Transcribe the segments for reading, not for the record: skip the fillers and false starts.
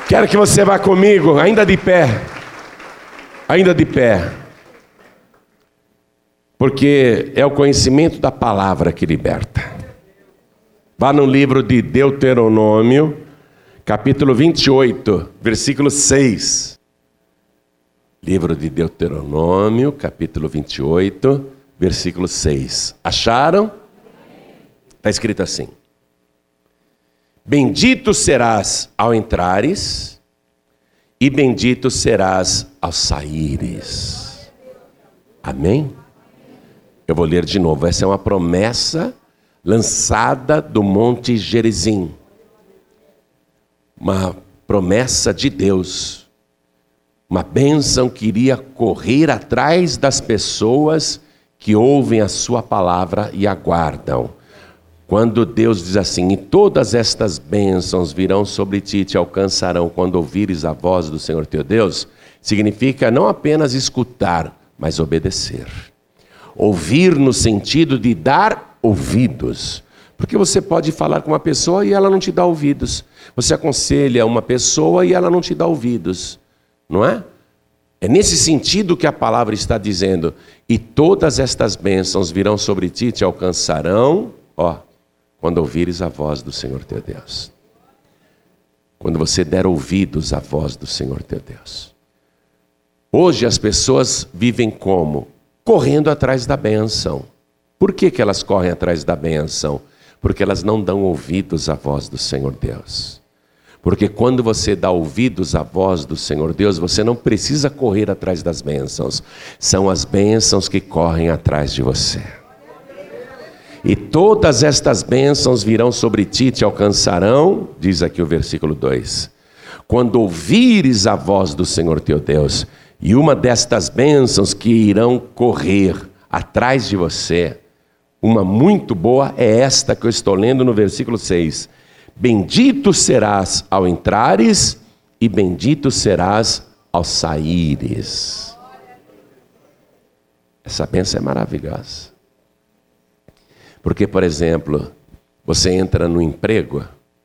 Quero que você vá comigo, ainda de pé. Ainda de pé. Porque é o conhecimento da palavra que liberta. Vá no livro de Deuteronômio, capítulo 28, versículo 6. Livro de Deuteronômio, capítulo 28, versículo 6. Acharam? Está escrito assim: bendito serás ao entrares, e bendito serás ao saíres. Amém? Eu vou ler de novo. Essa é uma promessa lançada do Monte Gerizim. Uma promessa de Deus. Uma bênção que iria correr atrás das pessoas que ouvem a sua palavra e aguardam. Quando Deus diz assim: e todas estas bênçãos virão sobre ti e te alcançarão quando ouvires a voz do Senhor teu Deus, significa não apenas escutar, mas obedecer. Ouvir no sentido de dar ouvidos. Porque você pode falar com uma pessoa e ela não te dá ouvidos. Você aconselha uma pessoa e ela não te dá ouvidos. Não é? É nesse sentido que a palavra está dizendo: e todas estas bênçãos virão sobre ti e te alcançarão, quando ouvires a voz do Senhor teu Deus. Quando você der ouvidos à voz do Senhor teu Deus. Hoje as pessoas vivem como? Correndo atrás da bênção. Por que elas correm atrás da bênção? Porque elas não dão ouvidos à voz do Senhor Deus. Porque quando você dá ouvidos à voz do Senhor Deus, você não precisa correr atrás das bênçãos. São as bênçãos que correm atrás de você. E todas estas bênçãos virão sobre ti e te alcançarão, diz aqui o versículo 2. Quando ouvires a voz do Senhor teu Deus, e uma destas bênçãos que irão correr atrás de você, uma muito boa é esta que eu estou lendo no versículo 6. Bendito serás ao entrares e bendito serás ao saíres. Essa bênção é maravilhosa. Porque, por exemplo, você entra no emprego,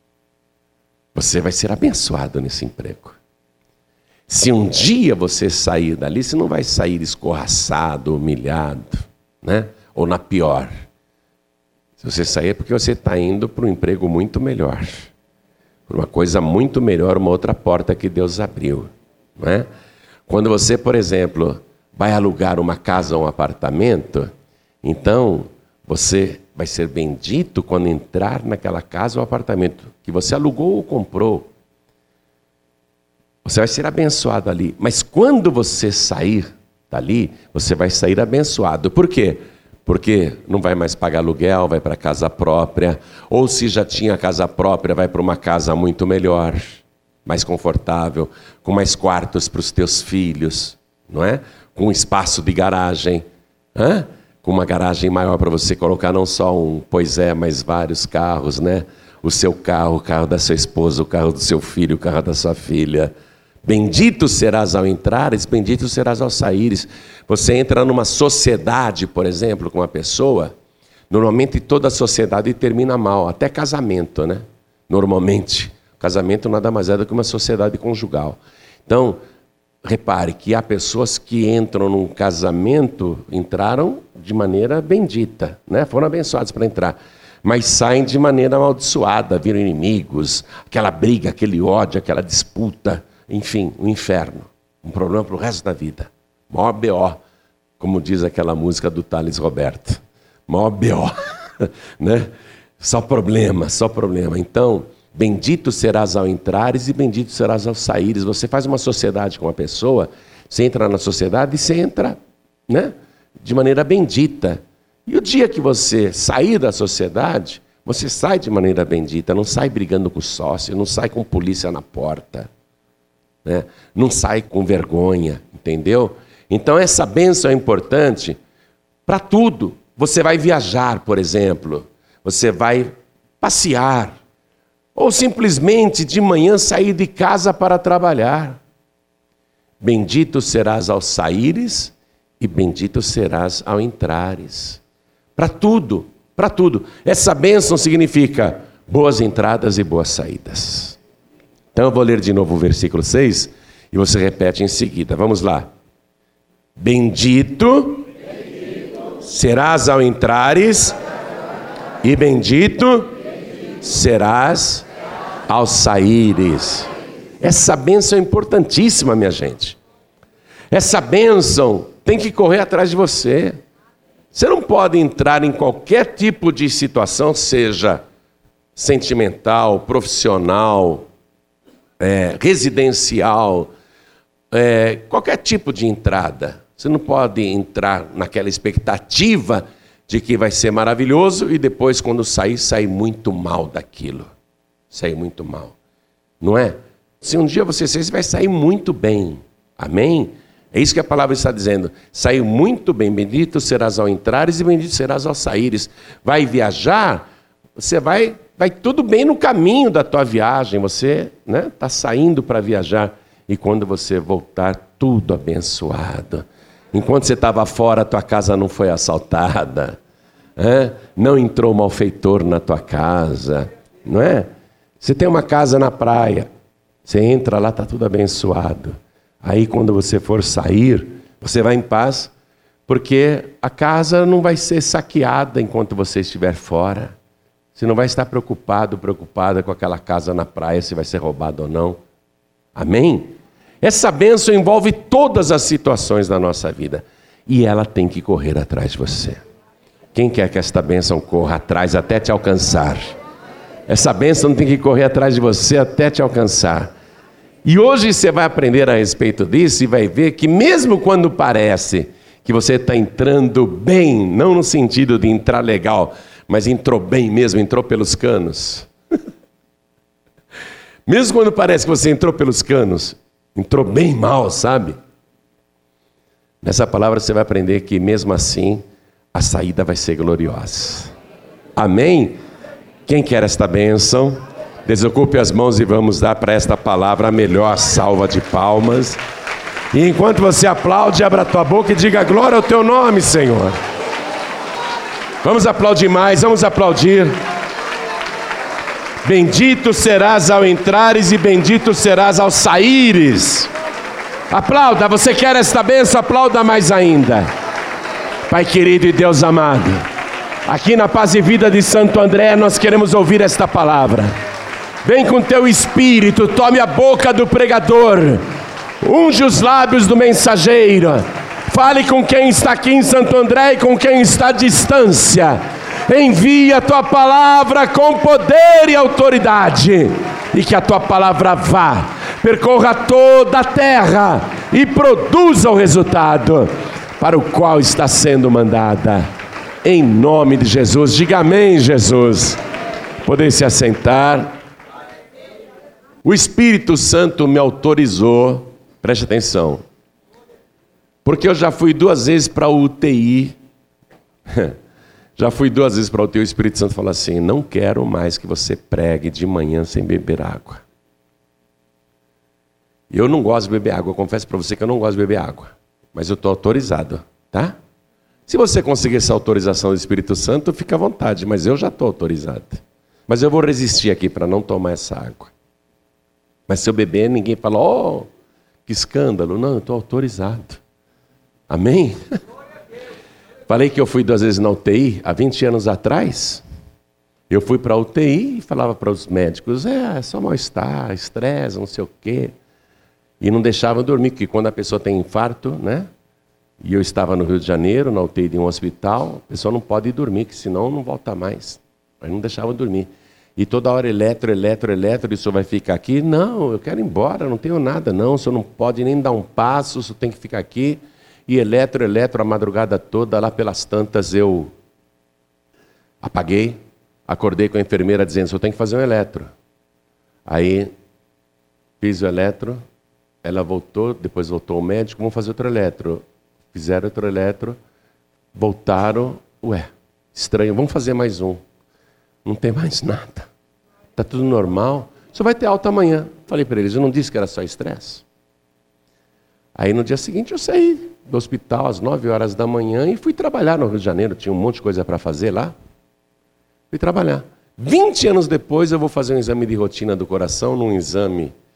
você vai ser abençoado nesse emprego. Se um dia você sair dali, você não vai sair escorraçado, humilhado, né? Ou na pior. Se você sair é porque você está indo para um emprego muito melhor. Para uma coisa muito melhor, uma outra porta que Deus abriu. Não é? Quando você, por exemplo, vai alugar uma casa ou um apartamento, então você vai ser bendito quando entrar naquela casa ou apartamento que você alugou ou comprou. Você vai ser abençoado ali. Mas quando você sair dali, você vai sair abençoado. Por quê? Porque não vai mais pagar aluguel, vai para casa própria. Ou se já tinha casa própria, vai para uma casa muito melhor, mais confortável, com mais quartos para os teus filhos, não é? Com espaço de garagem, com uma garagem maior para você colocar não só um, mas vários carros, né? O seu carro, o carro da sua esposa, o carro do seu filho, o carro da sua filha. Bendito serás ao entrares, bendito serás ao saíres. Você entra numa sociedade, por exemplo, com uma pessoa, normalmente toda a sociedade termina mal, até casamento, né? Normalmente, casamento nada mais é do que uma sociedade conjugal. Então, repare que há pessoas que entram num casamento, entraram de maneira bendita, né? Foram abençoados para entrar, mas saem de maneira amaldiçoada, viram inimigos, aquela briga, aquele ódio, aquela disputa. Enfim, um inferno, um problema para o resto da vida. Maior B.O., como diz aquela música do Thales Roberto. Maior B.O., né? Só problema, só problema. Então, bendito serás ao entrares e bendito serás ao saíres. Você faz uma sociedade com uma pessoa, você entra na sociedade e você entra, né? De maneira bendita. E o dia que você sair da sociedade, você sai de maneira bendita, não sai brigando com o sócio, não sai com polícia na porta. Né? Não sai com vergonha, entendeu? Então essa bênção é importante para tudo. Você vai viajar, por exemplo, você vai passear, ou simplesmente de manhã sair de casa para trabalhar. Bendito serás ao saíres e bendito serás ao entrares. Para tudo, para tudo. Essa bênção significa boas entradas e boas saídas. Então eu vou ler de novo o versículo 6 e você repete em seguida. Vamos lá. Bendito serás ao entrares e bendito serás ao saíres. Essa bênção é importantíssima, minha gente. Essa bênção tem que correr atrás de você. Você não pode entrar em qualquer tipo de situação, seja sentimental, profissional, residencial, qualquer tipo de entrada. Você não pode entrar naquela expectativa de que vai ser maravilhoso e depois, quando sair muito mal daquilo. Sair muito mal. Não é? Se um dia você sair, você vai sair muito bem. Amém? É isso que a palavra está dizendo. Sair muito bem. Bendito serás ao entrares e bendito serás ao saíres. Vai viajar, você vai tudo bem no caminho da tua viagem. Você está saindo para viajar. E quando você voltar, tudo abençoado. Enquanto você estava fora, a tua casa não foi assaltada. Não entrou malfeitor na tua casa. Não é? Você tem uma casa na praia. Você entra lá, está tudo abençoado. Aí quando você for sair, você vai em paz, porque a casa não vai ser saqueada enquanto você estiver fora. Você não vai estar preocupada com aquela casa na praia, se vai ser roubado ou não. Amém? Essa bênção envolve todas as situações da nossa vida. E ela tem que correr atrás de você. Quem quer que esta bênção corra atrás até te alcançar? Essa bênção tem que correr atrás de você até te alcançar. E hoje você vai aprender a respeito disso e vai ver que mesmo quando parece que você está entrando bem, não no sentido de entrar legal, mas entrou bem mesmo, entrou pelos canos. Mesmo quando parece que você entrou pelos canos, entrou bem mal, sabe? Nessa palavra você vai aprender que mesmo assim, a saída vai ser gloriosa. Amém? Quem quer esta bênção? Desocupe as mãos e vamos dar para esta palavra a melhor salva de palmas. E enquanto você aplaude, abra a tua boca e diga glória ao teu nome, Senhor. Vamos aplaudir mais, vamos aplaudir. Bendito serás ao entrares e bendito serás ao saíres. Aplauda, você quer esta bênção? Aplauda mais ainda. Pai querido e Deus amado, aqui na Paz e Vida de Santo André nós queremos ouvir esta palavra. Vem com teu espírito, tome a boca do pregador, unge os lábios do mensageiro, fale com quem está aqui em Santo André e com quem está à distância. Envia a tua palavra com poder e autoridade, e que a tua palavra vá, percorra toda a terra e produza o resultado para o qual está sendo mandada. Em nome de Jesus, diga amém, Jesus. Podem se assentar. O Espírito Santo me autorizou, preste atenção, porque eu já fui 2 vezes para a UTI. Já fui 2 vezes para a UTI, o Espírito Santo falou assim: não quero mais que você pregue de manhã sem beber água. Eu não gosto de beber água, eu confesso para você que eu não gosto de beber água, mas eu estou autorizado, tá? Se você conseguir essa autorização do Espírito Santo, fica à vontade, mas eu já estou autorizado. Mas eu vou resistir aqui para não tomar essa água. Mas se eu beber, ninguém fala: oh, que escândalo. Não, eu estou autorizado. Amém? Falei que eu fui 2 vezes na UTI, há 20 anos atrás. Eu fui para a UTI e falava para os médicos: é só mal-estar, estresse, não sei o quê. E não deixavam dormir, porque quando a pessoa tem infarto, né? E eu estava no Rio de Janeiro, na UTI de um hospital, a pessoa não pode ir dormir, que senão não volta mais. Mas não deixavam dormir. E toda hora eletro, e o senhor vai ficar aqui? Não, eu quero ir embora, não tenho nada não, o senhor não pode nem dar um passo, o senhor tem que ficar aqui. E eletro, a madrugada toda, lá pelas tantas eu apaguei, acordei com a enfermeira dizendo: o senhor tem que fazer um eletro. Aí fiz o eletro, ela voltou, depois voltou o médico: vamos fazer outro eletro. Fizeram outro eletro, voltaram, estranho, vamos fazer mais um. Não tem mais nada. Está tudo normal. Só vai ter alta amanhã. Falei para eles: eu não disse que era só estresse? Aí no dia seguinte eu saí do hospital às 9 horas da manhã e fui trabalhar no Rio de Janeiro. Tinha um monte de coisa para fazer lá. Fui trabalhar. 20 anos depois eu vou fazer um exame de rotina do coração, num exame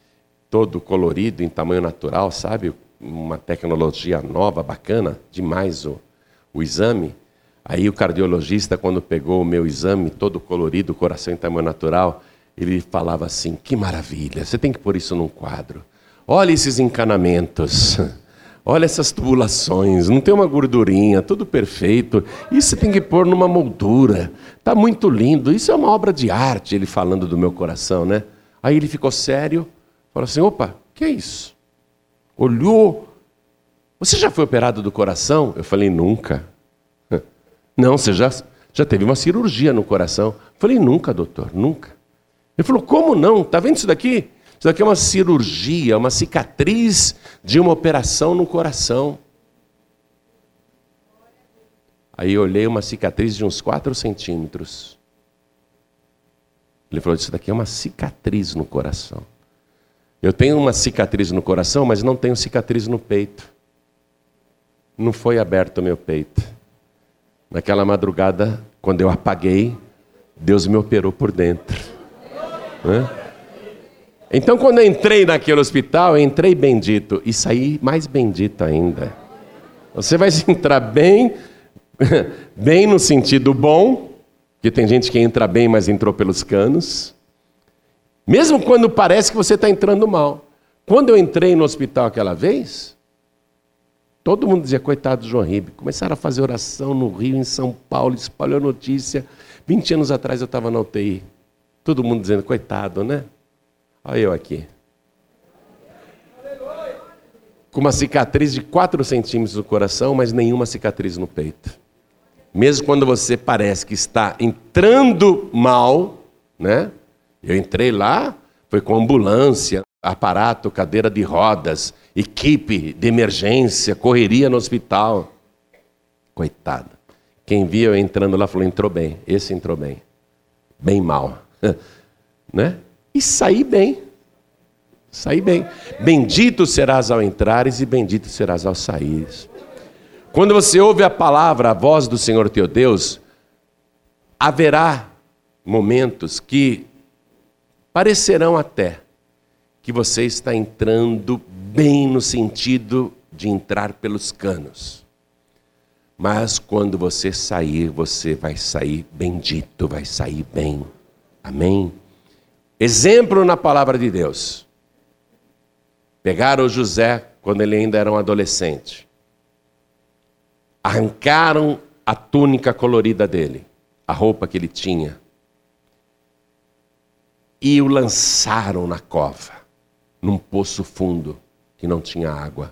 todo colorido, em tamanho natural, sabe? Uma tecnologia nova, bacana, demais o exame. Aí o cardiologista, quando pegou o meu exame, todo colorido, coração em tamanho natural, ele falava assim, que maravilha, você tem que pôr isso num quadro. Olha esses encanamentos, olha essas tubulações, não tem uma gordurinha, tudo perfeito. Isso você tem que pôr numa moldura, está muito lindo, isso é uma obra de arte, ele falando do meu coração, né? Aí ele ficou sério, falou assim, opa, que é isso? Olhou, você já foi operado do coração? Eu falei, nunca. Não, você já teve uma cirurgia no coração. Eu falei, nunca, doutor, nunca. Ele falou, como não? Está vendo isso daqui? Isso daqui é uma cirurgia, uma cicatriz de uma operação no coração. Aí eu olhei uma cicatriz de uns 4 centímetros. Ele falou, isso daqui é uma cicatriz no coração. Eu tenho uma cicatriz no coração, mas não tenho cicatriz no peito. Não foi aberto o meu peito. Naquela madrugada, quando eu apaguei, Deus me operou por dentro. Então, quando eu entrei naquele hospital, eu entrei bendito e saí mais bendito ainda. Você vai entrar bem, bem no sentido bom, porque tem gente que entra bem, mas entrou pelos canos. Mesmo quando parece que você está entrando mal. Quando eu entrei no hospital aquela vez, todo mundo dizia, coitado do João Ribe. Começaram a fazer oração no Rio, em São Paulo, espalhou notícia. 20 anos atrás eu estava na UTI. Todo mundo dizendo, coitado, né? Olha eu aqui. Com uma cicatriz de 4 centímetros no coração, mas nenhuma cicatriz no peito. Mesmo quando você parece que está entrando mal, né? Eu entrei lá, foi com ambulância, aparato, cadeira de rodas, equipe de emergência, correria no hospital. Coitado. Quem viu eu entrando lá falou, entrou bem. Esse entrou bem. Bem mal. Né? E saí bem. Saí bem. Bendito serás ao entrares e bendito serás ao saíres. Quando você ouve a palavra, a voz do Senhor teu Deus, haverá momentos que parecerão até que você está entrando bem no sentido de entrar pelos canos. Mas quando você sair, você vai sair bendito, vai sair bem. Amém? Exemplo na palavra de Deus. Pegaram o José quando ele ainda era um adolescente. Arrancaram a túnica colorida dele, a roupa que ele tinha. E o lançaram na cova, num poço fundo, que não tinha água.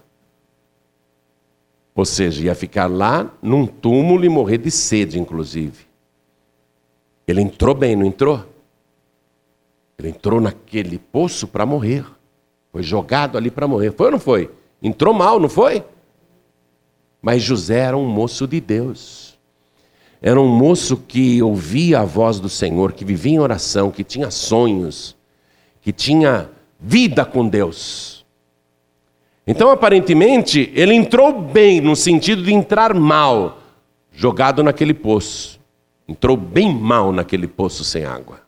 Ou seja, ia ficar lá num túmulo e morrer de sede, inclusive. Ele entrou bem, não entrou? Ele entrou naquele poço para morrer. Foi jogado ali para morrer. Foi ou não foi? Entrou mal, não foi? Mas José era um moço de Deus. Era um moço que ouvia a voz do Senhor, que vivia em oração, que tinha sonhos, que tinha vida com Deus. Então, aparentemente, ele entrou bem, no sentido de entrar mal, jogado naquele poço. Entrou bem mal naquele poço sem água.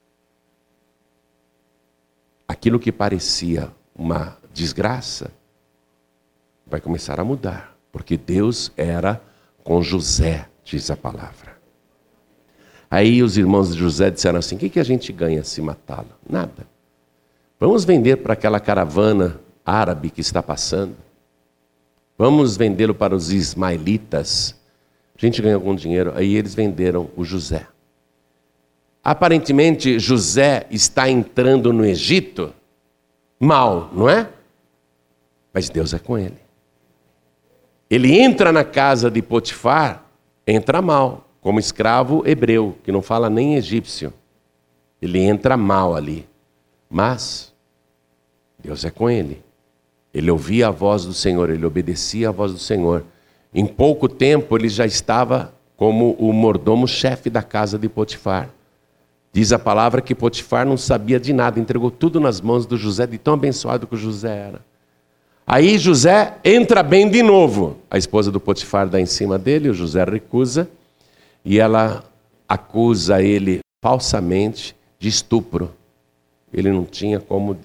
Aquilo que parecia uma desgraça, vai começar a mudar, porque Deus era com José, diz a palavra. Aí os irmãos de José disseram assim, o que a gente ganha se matá-lo? Nada. Vamos vender para aquela caravana árabe que está passando. Vamos vendê-lo para os ismaelitas. A gente ganha algum dinheiro. Aí eles venderam o José. Aparentemente, José está entrando no Egito mal, não é? Mas Deus é com ele. Ele entra na casa de Potifar, entra mal, como escravo hebreu, que não fala nem egípcio. Ele entra mal ali. Mas Deus é com ele. Ele ouvia a voz do Senhor, ele obedecia à voz do Senhor. Em pouco tempo ele já estava como o mordomo-chefe da casa de Potifar. Diz a palavra que Potifar não sabia de nada, entregou tudo nas mãos do José, de tão abençoado que o José era. Aí José entra bem de novo. A esposa do Potifar dá em cima dele, o José recusa, e ela acusa ele falsamente de estupro. Ele não tinha como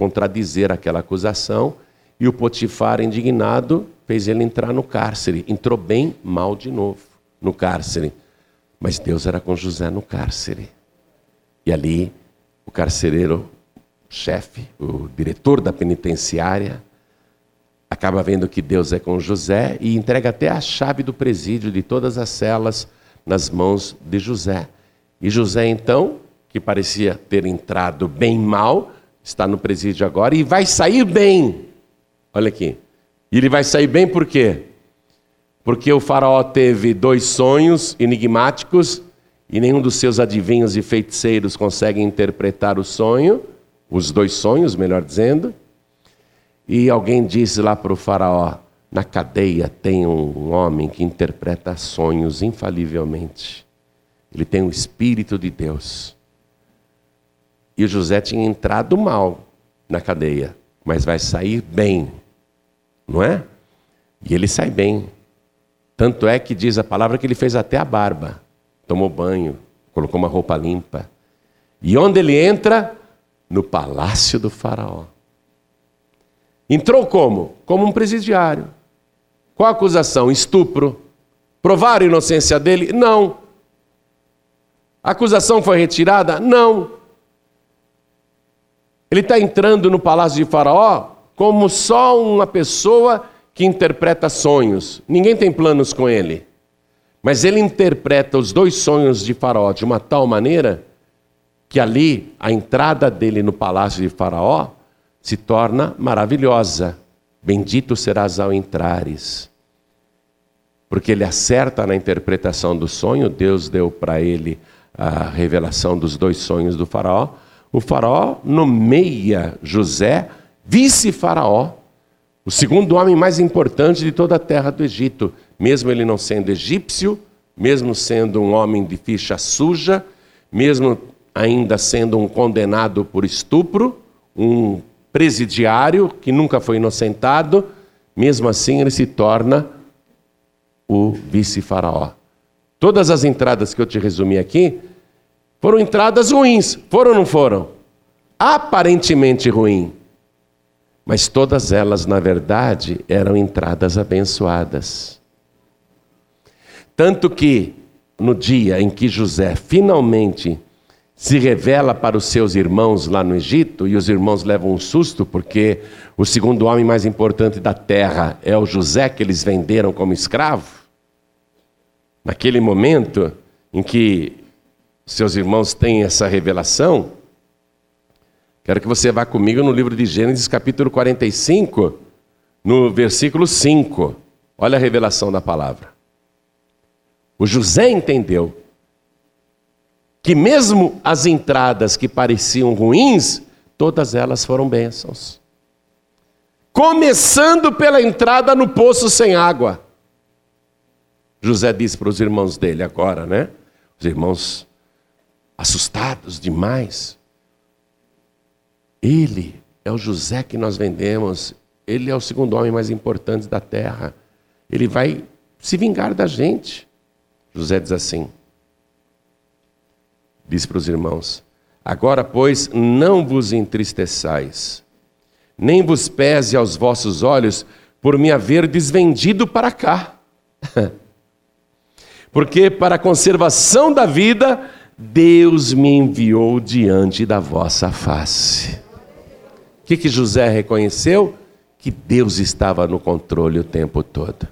contradizer aquela acusação, e o Potifar, indignado, fez ele entrar no cárcere. Entrou bem mal de novo no cárcere. Mas Deus era com José no cárcere. E ali, o carcereiro, chefe, o diretor da penitenciária, acaba vendo que Deus é com José e entrega até a chave do presídio de todas as celas nas mãos de José. E José, então, que parecia ter entrado bem mal, está no presídio agora e vai sair bem. Olha aqui. E ele vai sair bem por quê? Porque o faraó teve 2 sonhos enigmáticos e nenhum dos seus adivinhos e feiticeiros consegue interpretar o sonho, os 2 sonhos, melhor dizendo. E alguém disse lá para o faraó, na cadeia tem um homem que interpreta sonhos infalivelmente. Ele tem o Espírito de Deus. E o José tinha entrado mal na cadeia, mas vai sair bem, não é? E ele sai bem. Tanto é que diz a palavra que ele fez até a barba. Tomou banho, colocou uma roupa limpa. E onde ele entra? No palácio do faraó. Entrou como? Como um presidiário. Qual a acusação? Estupro. Provaram a inocência dele? Não. A acusação foi retirada? Não. Ele está entrando no palácio de faraó como só uma pessoa que interpreta sonhos. Ninguém tem planos com ele. Mas ele interpreta os 2 sonhos de faraó de uma tal maneira que ali a entrada dele no palácio de faraó se torna maravilhosa. Bendito serás ao entrares. Porque ele acerta na interpretação do sonho, Deus deu para ele a revelação dos 2 sonhos do faraó. O faraó nomeia José vice-faraó, o segundo homem mais importante de toda a terra do Egito, mesmo ele não sendo egípcio, mesmo sendo um homem de ficha suja, mesmo ainda sendo um condenado por estupro, um presidiário que nunca foi inocentado, mesmo assim ele se torna o vice-faraó. Todas as entradas que eu te resumi aqui foram entradas ruins, foram ou não foram? Aparentemente ruim. Mas todas elas, na verdade, eram entradas abençoadas. Tanto que, no dia em que José finalmente se revela para os seus irmãos lá no Egito, e os irmãos levam um susto, porque o segundo homem mais importante da terra é o José que eles venderam como escravo. Naquele momento em que seus irmãos têm essa revelação, quero que você vá comigo no livro de Gênesis, capítulo 45, no versículo 5. Olha a revelação da palavra. O José entendeu que mesmo as entradas que pareciam ruins, todas elas foram bênçãos. Começando pela entrada no poço sem água. José disse para os irmãos dele agora, né? Os irmãos assustados demais. Ele é o José que nós vendemos. Ele é o segundo homem mais importante da terra. Ele vai se vingar da gente. José diz assim. Diz para os irmãos. Agora, pois, não vos entristeçais, nem vos pese aos vossos olhos por me haver desvendido para cá. Porque para a conservação da vida, Deus me enviou diante da vossa face. O que José reconheceu? Que Deus estava no controle o tempo todo.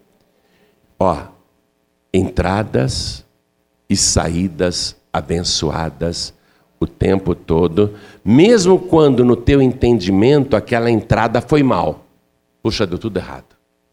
Entradas e saídas abençoadas o tempo todo, mesmo quando no teu entendimento aquela entrada foi mal. Puxa, deu tudo errado.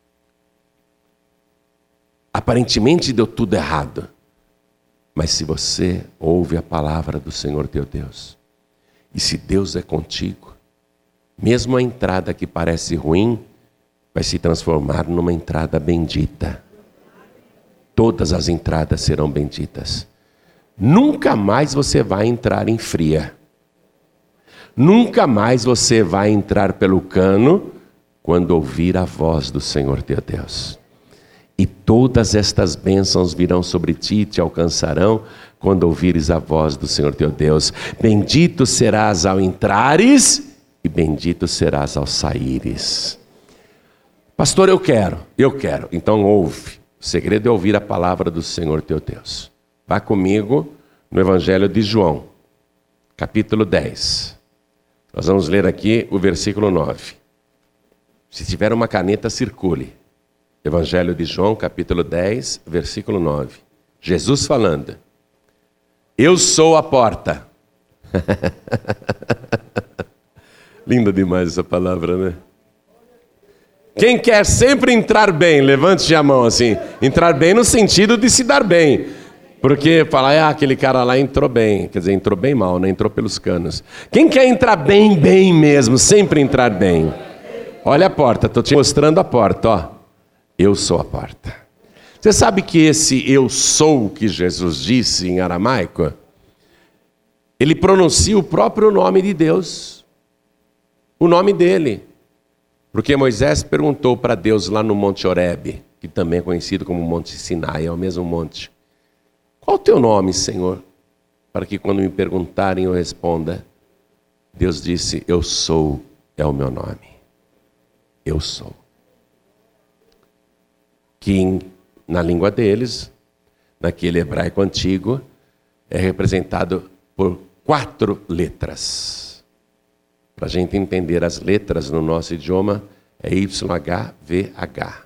Aparentemente deu tudo errado. Mas se você ouve a palavra do Senhor teu Deus, e se Deus é contigo, mesmo a entrada que parece ruim, vai se transformar numa entrada bendita. Todas as entradas serão benditas. Nunca mais você vai entrar em fria. Nunca mais você vai entrar pelo cano quando ouvir a voz do Senhor teu Deus. E todas estas bênçãos virão sobre ti e te alcançarão quando ouvires a voz do Senhor teu Deus. Bendito serás ao entrares e bendito serás ao saíres. Pastor, eu quero. Então ouve. O segredo é ouvir a palavra do Senhor teu Deus. Vá comigo no Evangelho de João, capítulo 10. Nós vamos ler aqui o versículo 9. Se tiver uma caneta, circule. Evangelho de João, capítulo 10, versículo 9. Jesus falando. Eu sou a porta. Linda demais essa palavra, né? Quem quer sempre entrar bem, levante a mão assim. Entrar bem no sentido de se dar bem. Porque falar, aquele cara lá entrou bem. Quer dizer, entrou bem mal, né? Entrou pelos canos. Quem quer entrar bem, bem mesmo, sempre entrar bem? Olha a porta, estou te mostrando a porta, ó. Eu sou a porta. Você sabe que esse eu sou que Jesus disse em aramaico, ele pronuncia o próprio nome de Deus. O nome dele. Porque Moisés perguntou para Deus lá no Monte Horebe, que também é conhecido como Monte Sinai, é o mesmo monte. Qual o teu nome, Senhor? Para que quando me perguntarem eu responda. Deus disse, eu sou, é o meu nome. Eu sou. Que na língua deles, naquele hebraico antigo, é representado por 4 letras. Para a gente entender as letras no nosso idioma, é YHVH.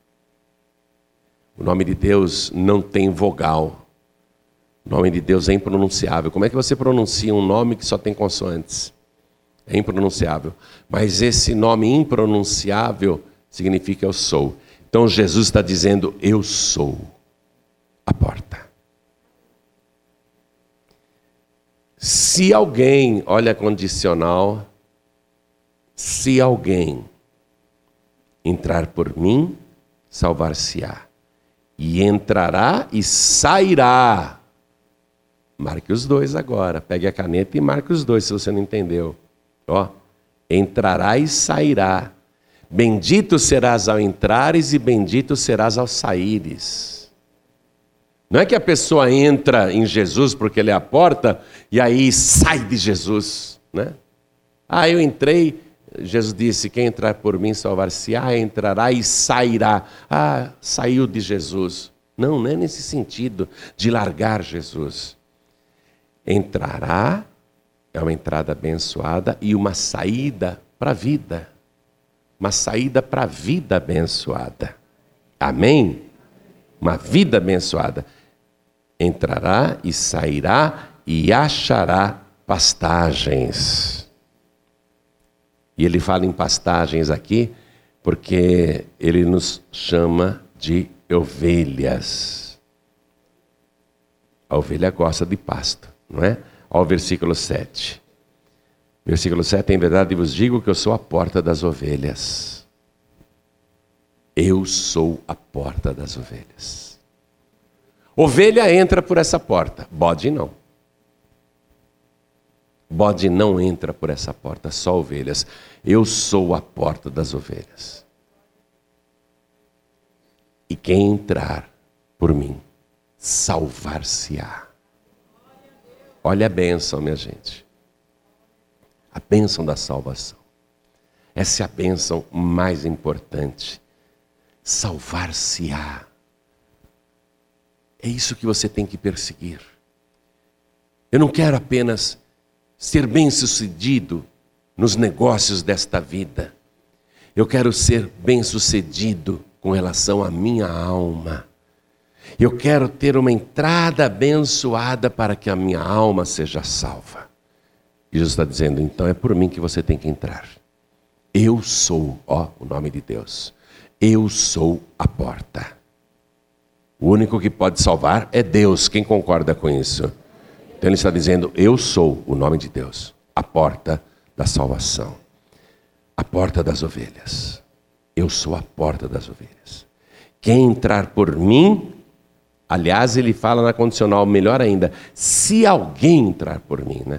O nome de Deus não tem vogal. O nome de Deus é impronunciável. Como é que você pronuncia um nome que só tem consoantes? É impronunciável. Mas esse nome impronunciável significa eu sou. Então Jesus está dizendo, eu sou a porta. Se alguém, olha a condicional, se alguém entrar por mim, salvar-se-á. E entrará e sairá. Marque os 2 agora. Pegue a caneta e marque os 2 se você não entendeu. Ó, entrará e sairá. Bendito serás ao entrares e bendito serás ao saíres. Não é que a pessoa entra em Jesus porque ele é a porta e aí sai de Jesus, né? Eu entrei, Jesus disse, quem entrar por mim salvar-se-á, entrará e sairá. Saiu de Jesus. Não é nesse sentido de largar Jesus. Entrará, é uma entrada abençoada e uma saída para a vida. Uma saída para a vida abençoada. Amém? Uma vida abençoada. Entrará e sairá e achará pastagens. E ele fala em pastagens aqui porque ele nos chama de ovelhas. A ovelha gosta de pasto, não é? Olha o versículo 7. Versículo 7, em verdade vos digo que eu sou a porta das ovelhas. Eu sou a porta das ovelhas. Ovelha entra por essa porta, bode não. Bode não entra por essa porta, só ovelhas. Eu sou a porta das ovelhas. E quem entrar por mim, salvar-se-á. Olha a bênção, minha gente. A bênção da salvação. Essa é a bênção mais importante. Salvar-se-á. É isso que você tem que perseguir. Eu não quero apenas ser bem-sucedido nos negócios desta vida. Eu quero ser bem-sucedido com relação à minha alma. Eu quero ter uma entrada abençoada para que a minha alma seja salva. E Jesus está dizendo, então é por mim que você tem que entrar. Eu sou, o nome de Deus. Eu sou a porta. O único que pode salvar é Deus. Quem concorda com isso? Então ele está dizendo, eu sou o nome de Deus. A porta da salvação. A porta das ovelhas. Eu sou a porta das ovelhas. Quem entrar por mim, aliás, ele fala na condicional, melhor ainda, se alguém entrar por mim, né?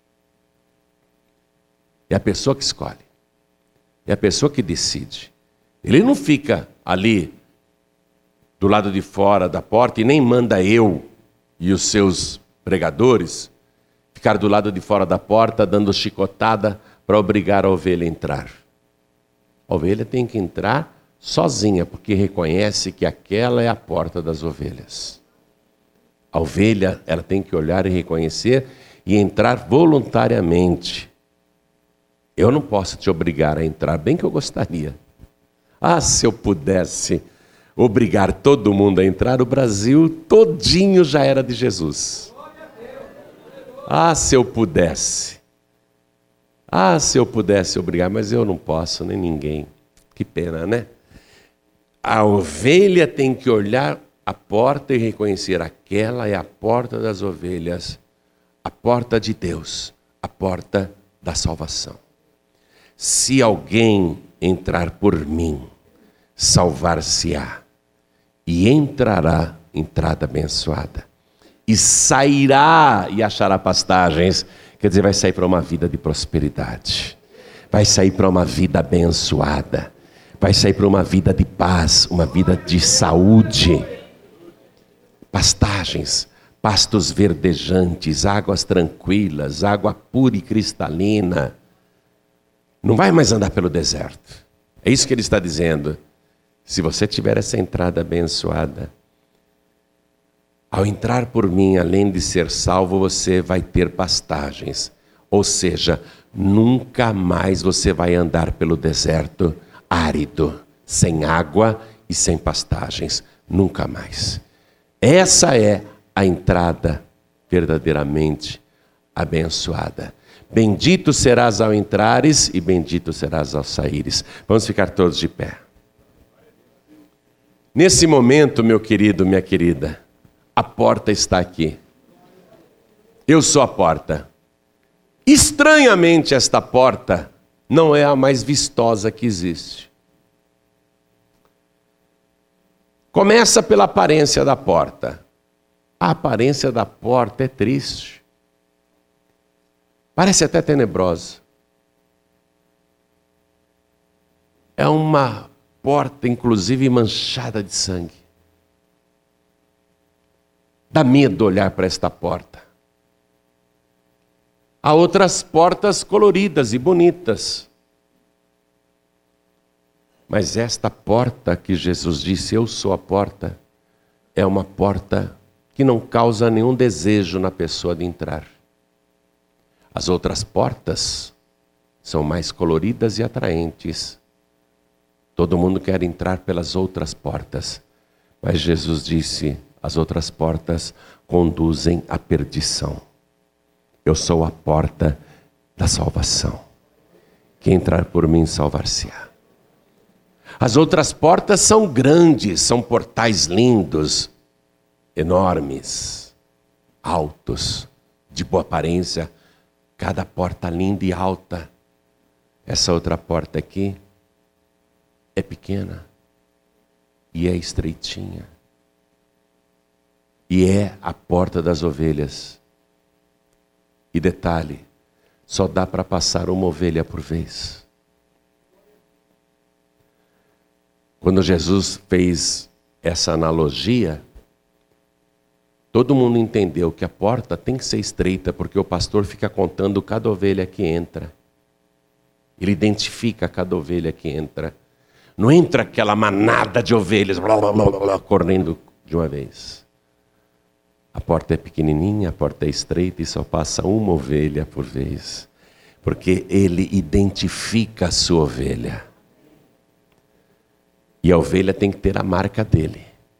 É a pessoa que escolhe. É a pessoa que decide. Ele não fica ali do lado de fora da porta e nem manda eu e os seus pregadores ficar do lado de fora da porta dando chicotada para obrigar a ovelha a entrar. A ovelha tem que entrar sozinha, porque reconhece que aquela é a porta das ovelhas. A ovelha, ela tem que olhar e reconhecer e entrar voluntariamente. Eu não posso te obrigar a entrar, bem que eu gostaria. Ah, se eu pudesse obrigar todo mundo a entrar, o Brasil todinho já era de Jesus. Ah, se eu pudesse. Ah, se eu pudesse obrigar, mas eu não posso, nem ninguém. Que pena, né? A ovelha tem que olhar a porta e reconhecer: aquela é a porta das ovelhas, a porta de Deus, a porta da salvação. Se alguém entrar por mim, salvar-se-á, e entrará, entrada abençoada, e sairá e achará pastagens. Quer dizer, vai sair para uma vida de prosperidade, vai sair para uma vida abençoada, vai sair para uma vida de paz, uma vida de saúde. Pastagens, pastos verdejantes, águas tranquilas, água pura e cristalina. Não vai mais andar pelo deserto. É isso que ele está dizendo. Se você tiver essa entrada abençoada, ao entrar por mim, além de ser salvo, você vai ter pastagens. Ou seja, nunca mais você vai andar pelo deserto árido, sem água e sem pastagens. Nunca mais. Essa é a entrada verdadeiramente abençoada. Bendito serás ao entrares e bendito serás ao saíres. Vamos ficar todos de pé. Nesse momento, meu querido, minha querida, a porta está aqui. Eu sou a porta. Estranhamente, esta porta não é a mais vistosa que existe. Começa pela aparência da porta. A aparência da porta é triste. Parece até tenebrosa. É uma porta, inclusive, manchada de sangue. Dá medo olhar para esta porta. Há outras portas coloridas e bonitas. Mas esta porta que Jesus disse, eu sou a porta, é uma porta que não causa nenhum desejo na pessoa de entrar. As outras portas são mais coloridas e atraentes. Todo mundo quer entrar pelas outras portas. Mas Jesus disse, as outras portas conduzem à perdição. Eu sou a porta da salvação. Quem entrar por mim salvar-se-á. As outras portas são grandes, são portais lindos, enormes, altos, de boa aparência. Cada porta linda e alta. Essa outra porta aqui é pequena e é estreitinha. E é a porta das ovelhas. E detalhe, só dá para passar uma ovelha por vez. Quando Jesus fez essa analogia, todo mundo entendeu que a porta tem que ser estreita, porque o pastor fica contando cada ovelha que entra. Ele identifica cada ovelha que entra. Não entra aquela manada de ovelhas correndo de uma vez. A porta é pequenininha, a porta é estreita e só passa uma ovelha por vez. Porque ele identifica a sua ovelha. E a ovelha tem que ter a marca dele.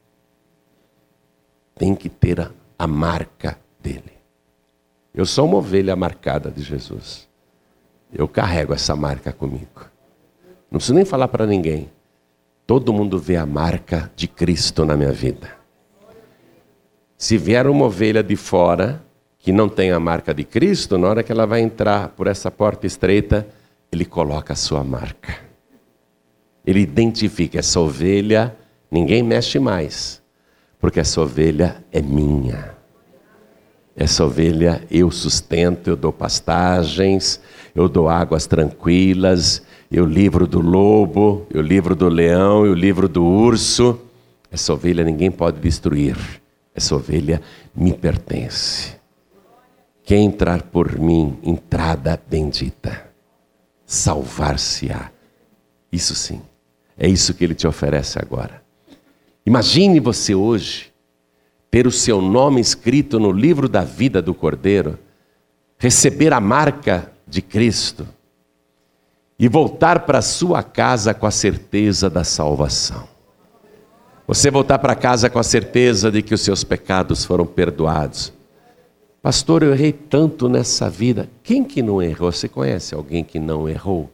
Tem que ter a marca dele. Eu sou uma ovelha marcada de Jesus. Eu carrego essa marca comigo. Não preciso nem falar para ninguém. Todo mundo vê a marca de Cristo na minha vida. Se vier uma ovelha de fora, que não tem a marca de Cristo, na hora que ela vai entrar por essa porta estreita, ele coloca a sua marca. Ele identifica essa ovelha, ninguém mexe mais. Porque essa ovelha é minha. Essa ovelha eu sustento, eu dou pastagens, eu dou águas tranquilas, eu livro do lobo, eu livro do leão, eu livro do urso. Essa ovelha ninguém pode destruir. Essa ovelha me pertence. Quem entrar por mim, entrada bendita. salvar-se-á. Isso sim, é isso que Ele te oferece agora. Imagine você hoje ter o seu nome escrito no livro da vida do Cordeiro, receber a marca de Cristo e voltar para a sua casa com a certeza da salvação. Você voltar para casa com a certeza de que os seus pecados foram perdoados. Pastor, eu errei tanto nessa vida. Quem que não errou? Você conhece alguém que não errou?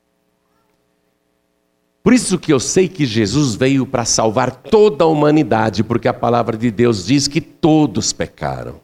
Por isso que eu sei que Jesus veio para salvar toda a humanidade, porque a palavra de Deus diz que todos pecaram.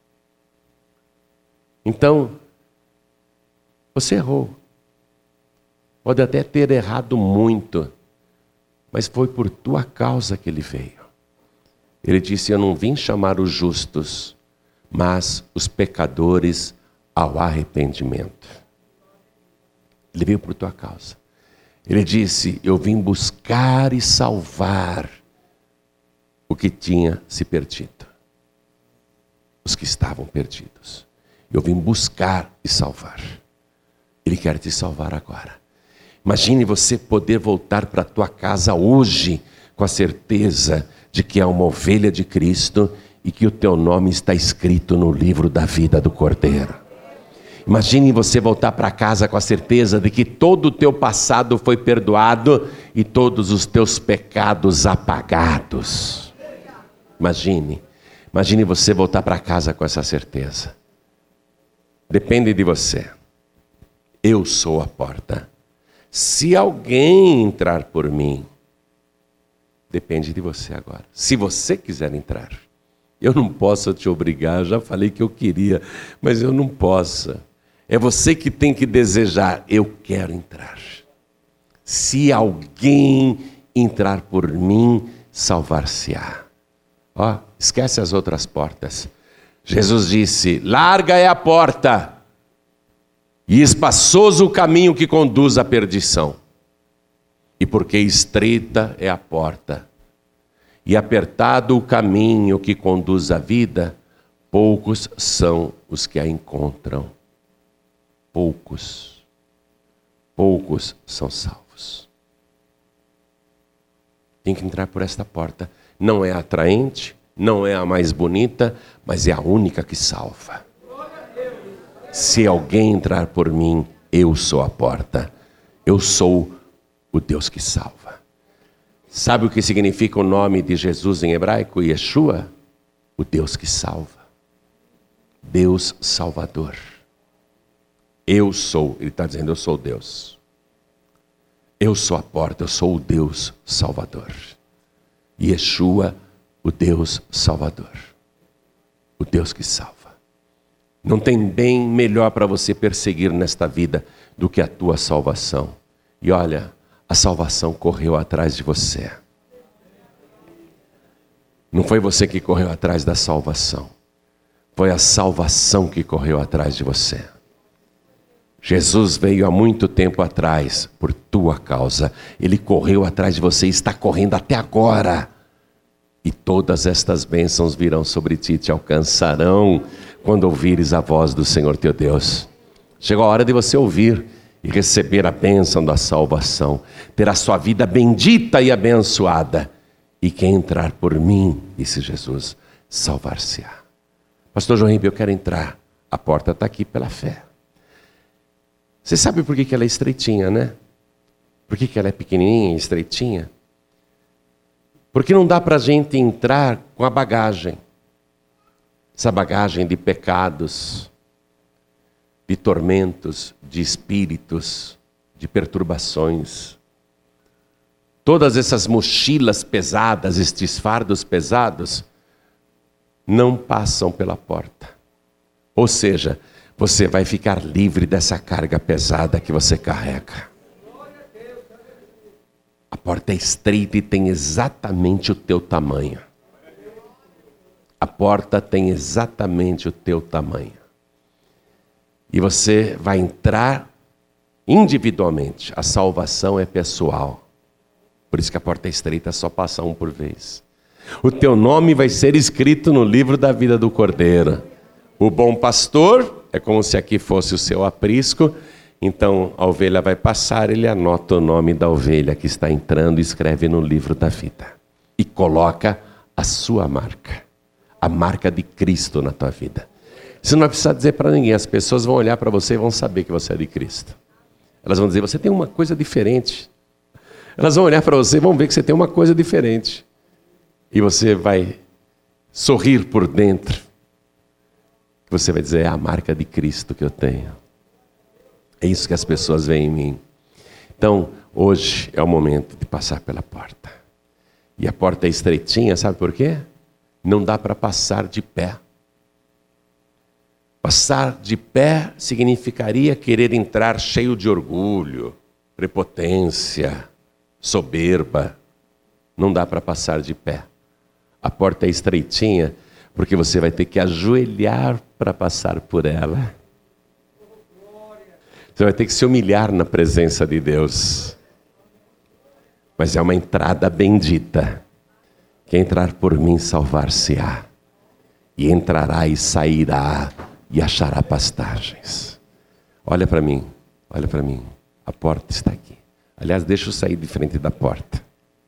Então, você errou. Pode até ter errado muito, mas foi por tua causa que Ele veio. Ele disse, eu não vim chamar os justos, mas os pecadores ao arrependimento. Ele veio por tua causa. Ele disse, eu vim buscar e salvar o que tinha se perdido. Os que estavam perdidos. Eu vim buscar e salvar. Ele quer te salvar agora. Imagine você poder voltar para a tua casa hoje com a certeza de que é uma ovelha de Cristo e que o teu nome está escrito no livro da vida do Cordeiro. Imagine você voltar para casa com a certeza de que todo o teu passado foi perdoado e todos os teus pecados apagados. Imagine você voltar para casa com essa certeza. Depende de você. Eu sou a porta. Se alguém entrar por mim, depende de você agora. Se você quiser entrar, eu não posso te obrigar, já falei que eu queria, mas eu não posso. É você que tem que desejar, eu quero entrar. Se alguém entrar por mim, salvar-se-á. Ó, esquece as outras portas. Jesus disse, larga é a porta e espaçoso o caminho que conduz à perdição. E porque estreita é a porta e apertado o caminho que conduz à vida, poucos são os que a encontram. Poucos são salvos. Tem que entrar por esta porta. Não é atraente, não é a mais bonita, mas é a única que salva. Se alguém entrar por mim, eu sou a porta. Eu sou o Deus que salva. Sabe o que significa o nome de Jesus em hebraico? Yeshua? O Deus que salva. Deus Salvador. Eu sou, ele está dizendo, eu sou Deus. Eu sou a porta, eu sou o Deus Salvador. Yeshua, o Deus Salvador. O Deus que salva. Não tem bem melhor para você perseguir nesta vida do que a tua salvação. E olha, a salvação correu atrás de você. Não foi você que correu atrás da salvação. Foi a salvação que correu atrás de você. Jesus veio há muito tempo atrás por tua causa. Ele correu atrás de você e está correndo até agora. E todas estas bênçãos virão sobre ti e te alcançarão quando ouvires a voz do Senhor teu Deus. Chegou a hora de você ouvir e receber a bênção da salvação. Ter a sua vida bendita e abençoada. E quem entrar por mim, disse Jesus, salvar-se-á. Pastor João Ribeiro, eu quero entrar. A porta está aqui pela fé. Você sabe por que ela é estreitinha, né? Por que ela é pequenininha e estreitinha? Porque não dá para a gente entrar com a bagagem. Essa bagagem de pecados, de tormentos, de espíritos, de perturbações. Todas essas mochilas pesadas, estes fardos pesados, não passam pela porta. Ou seja, você vai ficar livre dessa carga pesada que você carrega. A porta é estreita e tem exatamente o teu tamanho. A porta tem exatamente o teu tamanho. E você vai entrar individualmente. A salvação é pessoal. Por isso que a porta é estreita, só passa um por vez. O teu nome vai ser escrito no livro da vida do Cordeiro. O bom pastor é como se aqui fosse o seu aprisco, Então a ovelha vai passar, ele anota o nome da ovelha que está entrando e escreve no livro da vida. E coloca a sua marca, a marca de Cristo na tua vida. Você não vai precisar dizer para ninguém, as pessoas vão olhar para você e vão saber que você é de Cristo. Elas vão dizer, você tem uma coisa diferente. Elas vão olhar para você e vão ver que você tem uma coisa diferente. E você vai sorrir por dentro. Você vai dizer, é a marca de Cristo que eu tenho. É isso que as pessoas veem em mim. Então, hoje é o momento de passar pela porta. E a porta é estreitinha, sabe por quê? Não dá para passar de pé. Passar de pé significaria querer entrar cheio de orgulho, prepotência, soberba. Não dá para passar de pé. A porta é estreitinha porque você vai ter que ajoelhar para passar por ela. Você vai ter que se humilhar na presença de Deus. Mas é uma entrada bendita. Quem entrar por mim salvar-se-á. E entrará e sairá e achará pastagens. Olha para mim, olha para mim. A porta está aqui. Aliás, deixa eu sair de frente da porta.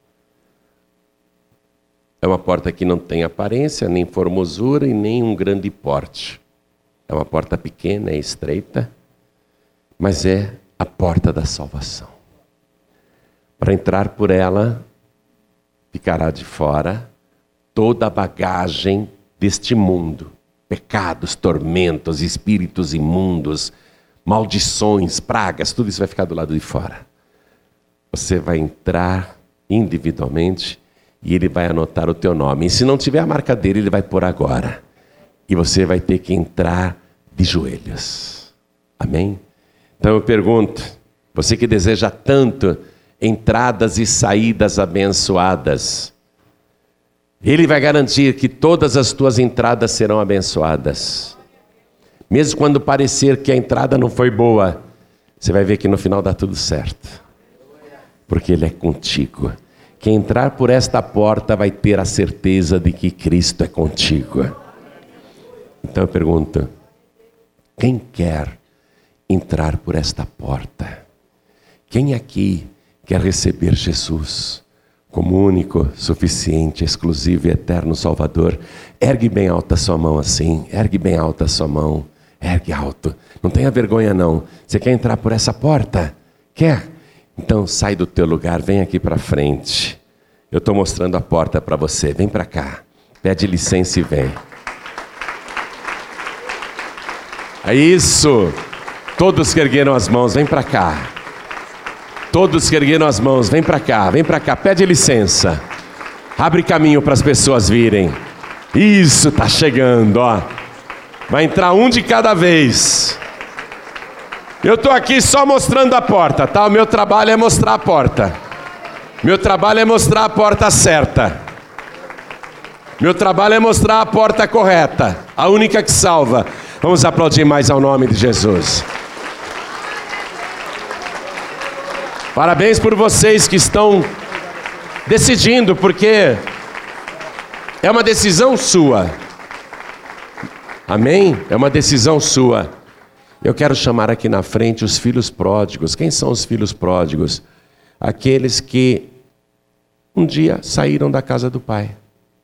É uma porta que não tem aparência, nem formosura e nem um grande porte. É uma porta pequena, é estreita, mas é a porta da salvação. Para entrar por ela, ficará de fora toda a bagagem deste mundo. Pecados, tormentos, espíritos imundos, maldições, pragas, tudo isso vai ficar do lado de fora. Você vai entrar individualmente e ele vai anotar o teu nome. E se não tiver a marca dele, ele vai pôr agora. E você vai ter que entrar de joelhos. Amém? Então eu pergunto, você que deseja tanto entradas e saídas abençoadas, Ele vai garantir que todas as tuas entradas serão abençoadas. Mesmo quando parecer que a entrada não foi boa, você vai ver que no final dá tudo certo. Porque Ele é contigo. Quem entrar por esta porta vai ter a certeza de que Cristo é contigo. Então eu pergunto, quem quer entrar por esta porta? Quem aqui quer receber Jesus como único, suficiente, exclusivo e eterno Salvador? Ergue bem alta a sua mão assim, ergue bem alta a sua mão, ergue alto. Não tenha vergonha não. Você quer entrar por essa porta? Quer? Então sai do teu lugar, vem aqui para frente. Eu estou mostrando a porta para você, vem para cá. Pede licença e vem. É isso. Todos que ergueram as mãos, vem para cá. Todos que ergueram as mãos, vem para cá, pede licença. Abre caminho para as pessoas virem. Isso, está chegando, ó. Vai entrar um de cada vez. Eu estou aqui só mostrando a porta, tá? O meu trabalho é mostrar a porta. Meu trabalho é mostrar a porta certa. Meu trabalho é mostrar a porta correta, a única que salva. Vamos aplaudir mais ao nome de Jesus. Parabéns por vocês que estão decidindo, porque é uma decisão sua. Amém? É uma decisão sua. Eu quero chamar aqui na frente os filhos pródigos. Quem são os filhos pródigos? Aqueles que um dia saíram da casa do pai.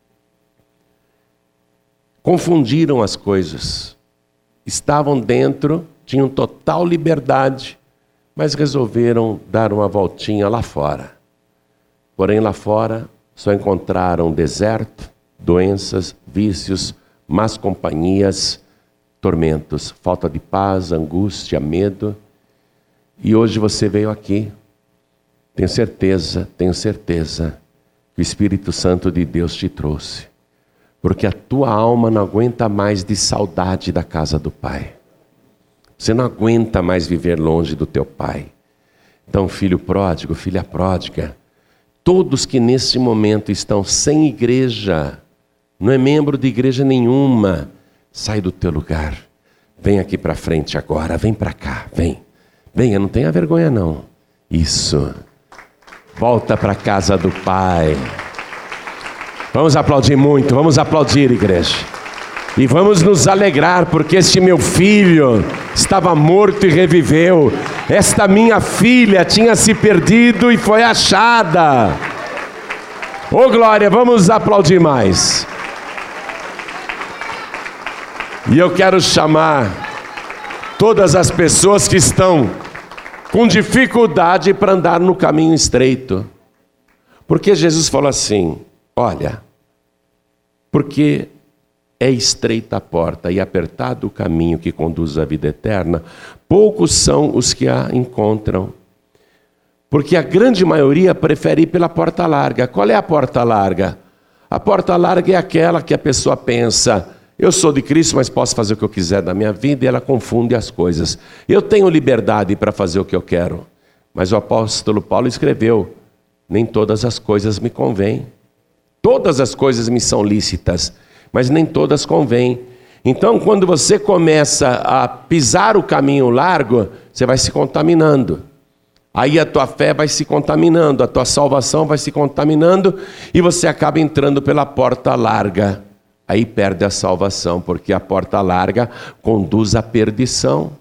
Confundiram as coisas. Estavam dentro, tinham total liberdade, mas resolveram dar uma voltinha lá fora. Porém, lá fora só encontraram deserto, doenças, vícios, más companhias, tormentos, falta de paz, angústia, medo. E hoje você veio aqui. Tenho certeza que o Espírito Santo de Deus te trouxe. Porque a tua alma não aguenta mais de saudade da casa do Pai. Você não aguenta mais viver longe do teu Pai. Então, filho pródigo, filha pródiga, todos que nesse momento estão sem igreja, não é membro de igreja nenhuma, sai do teu lugar. Vem aqui para frente agora, vem para cá, vem. Venha, não tenha vergonha não. Isso. Volta para a casa do Pai. Vamos aplaudir muito, vamos aplaudir, igreja. E vamos nos alegrar, porque este meu filho estava morto e reviveu. Esta minha filha tinha se perdido e foi achada. Ô glória, vamos aplaudir mais. E eu quero chamar todas as pessoas que estão com dificuldade para andar no caminho estreito. Porque Jesus falou assim: olha, porque é estreita a porta e apertado o caminho que conduz à vida eterna, poucos são os que a encontram. Porque a grande maioria prefere ir pela porta larga. Qual é a porta larga? A porta larga é aquela que a pessoa pensa: eu sou de Cristo, mas posso fazer o que eu quiser da minha vida, e ela confunde as coisas. Eu tenho liberdade para fazer o que eu quero. Mas o apóstolo Paulo escreveu: nem todas as coisas me convêm. Todas as coisas me são lícitas, mas nem todas convêm. Então, quando você começa a pisar o caminho largo, você vai se contaminando. Aí a tua fé vai se contaminando, a tua salvação vai se contaminando, e você acaba entrando pela porta larga. Aí perde a salvação, porque a porta larga conduz à perdição.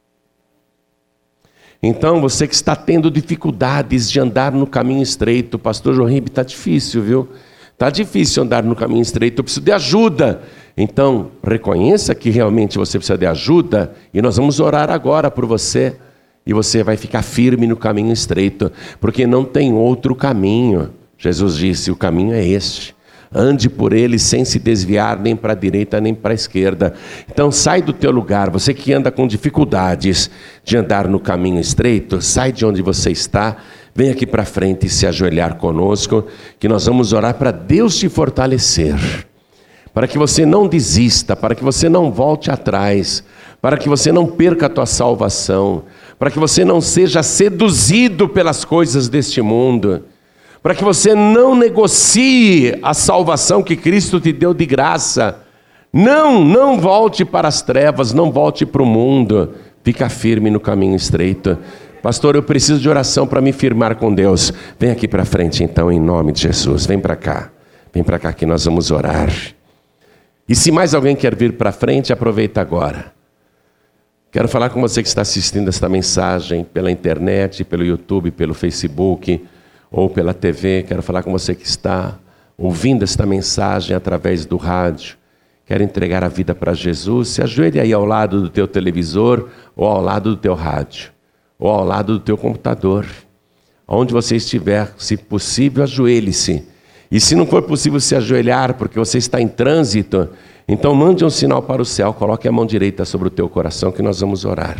Então, você que está tendo dificuldades de andar no caminho estreito, pastor Jorimbe, está difícil, viu? Está difícil andar no caminho estreito, eu preciso de ajuda. Então, reconheça que realmente você precisa de ajuda, e nós vamos orar agora por você. E você vai ficar firme no caminho estreito, porque não tem outro caminho. Jesus disse: o caminho é este. Ande por ele sem se desviar nem para a direita nem para a esquerda. Então sai do teu lugar. Você que anda com dificuldades de andar no caminho estreito, sai de onde você está, vem aqui para frente e se ajoelhar conosco, que nós vamos orar para Deus te fortalecer, para que você não desista, para que você não volte atrás, para que você não perca a tua salvação, para que você não seja seduzido pelas coisas deste mundo, para que você não negocie a salvação que Cristo te deu de graça. Não volte para as trevas, não volte para o mundo. Fica firme no caminho estreito. Pastor, eu preciso de oração para me firmar com Deus. Vem aqui para frente então, em nome de Jesus. Vem para cá que nós vamos orar. E se mais alguém quer vir para frente, aproveita agora. Quero falar com você que está assistindo esta mensagem pela internet, pelo YouTube, pelo Facebook ou pela TV. Quero falar com você que está ouvindo esta mensagem através do rádio. Quer entregar a vida para Jesus? Se ajoelhe aí ao lado do teu televisor, ou ao lado do teu rádio, ou ao lado do teu computador. Onde você estiver, se possível, ajoelhe-se. E se não for possível se ajoelhar, porque você está em trânsito, então mande um sinal para o céu, coloque a mão direita sobre o teu coração, que nós vamos orar.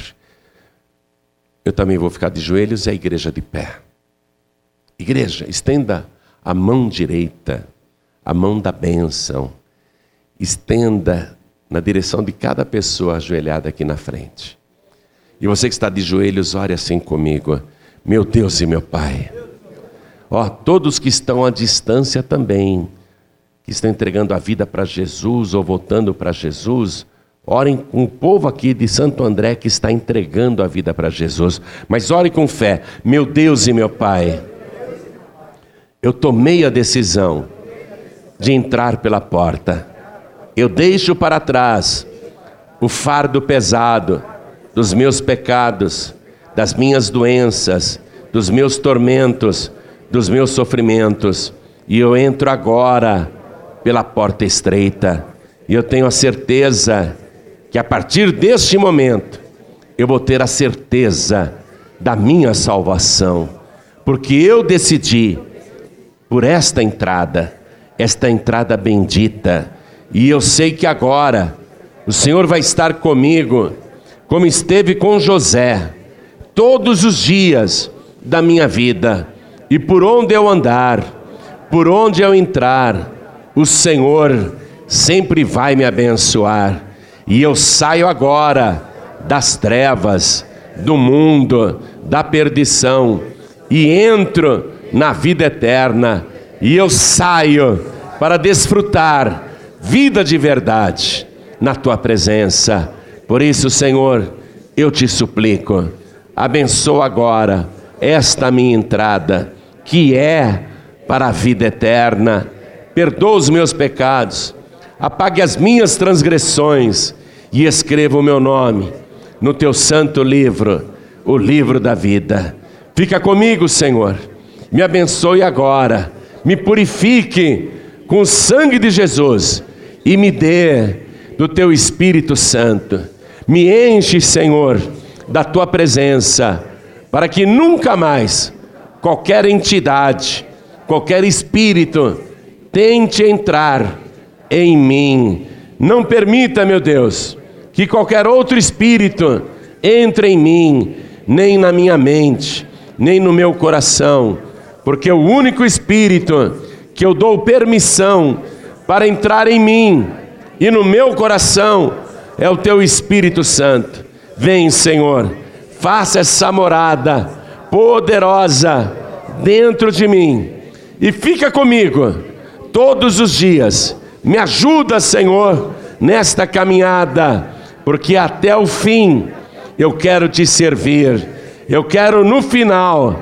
Eu também vou ficar de joelhos e a igreja de pé. Igreja, estenda a mão direita, a mão da bênção. Estenda na direção de cada pessoa ajoelhada aqui na frente. E você que está de joelhos, ore assim comigo. Meu Deus e meu Pai. Todos que estão à distância também, que estão entregando a vida para Jesus ou voltando para Jesus, orem com o povo aqui de Santo André que está entregando a vida para Jesus. Mas ore com fé. Meu Deus e meu Pai, eu tomei a decisão de entrar pela porta. Eu deixo para trás o fardo pesado dos meus pecados, das minhas doenças, dos meus tormentos, dos meus sofrimentos. E eu entro agora pela porta estreita. E eu tenho a certeza que a partir deste momento eu vou ter a certeza da minha salvação. Porque eu decidi por esta entrada bendita. E eu sei que agora o Senhor vai estar comigo, como esteve com José, todos os dias da minha vida. E por onde eu andar, por onde eu entrar, o Senhor sempre vai me abençoar. E eu saio agora das trevas, do mundo, da perdição, e entro na vida eterna. E eu saio para desfrutar vida de verdade na tua presença. Por isso, Senhor, eu te suplico, abençoa agora esta minha entrada, que é para a vida eterna. Perdoa os meus pecados, apague as minhas transgressões e escreva o meu nome no teu santo livro, o livro da vida. Fica comigo, Senhor. Me abençoe agora. Me purifique com o sangue de Jesus e me dê do teu Espírito Santo. Me enche, Senhor, da tua presença, para que nunca mais qualquer entidade, qualquer espírito tente entrar em mim. Não permita, meu Deus, que qualquer outro espírito entre em mim, nem na minha mente, nem no meu coração, porque o único espírito que eu dou permissão para entrar em mim e no meu coração é o teu Espírito Santo. Vem, Senhor, faça essa morada poderosa dentro de mim e fica comigo todos os dias. Me ajuda, Senhor, nesta caminhada, porque até o fim eu quero te servir. Eu quero no final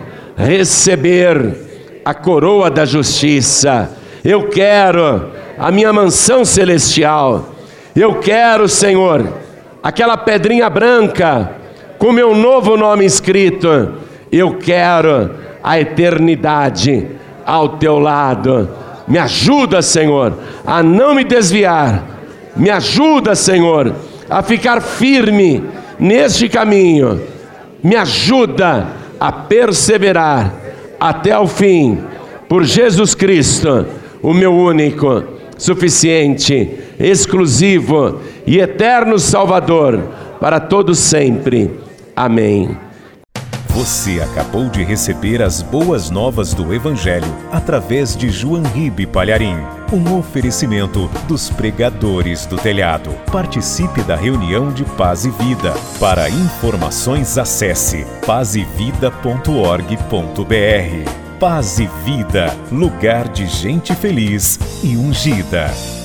receber a coroa da justiça. Eu quero a minha mansão celestial. Eu quero, Senhor, aquela pedrinha branca com meu novo nome escrito. Eu quero a eternidade ao teu lado. Me ajuda, Senhor, a não me desviar. Me ajuda, Senhor, a ficar firme neste caminho. Me ajuda a perseverar até o fim, por Jesus Cristo, o meu único, suficiente, exclusivo e eterno Salvador, para todos sempre. Amém. Você acabou de receber as boas novas do Evangelho através de João Ribe Palharim, um oferecimento dos Pregadores do Telhado. Participe da reunião de Paz e Vida. Para informações, acesse pazevida.org.br. Paz e Vida, lugar de gente feliz e ungida.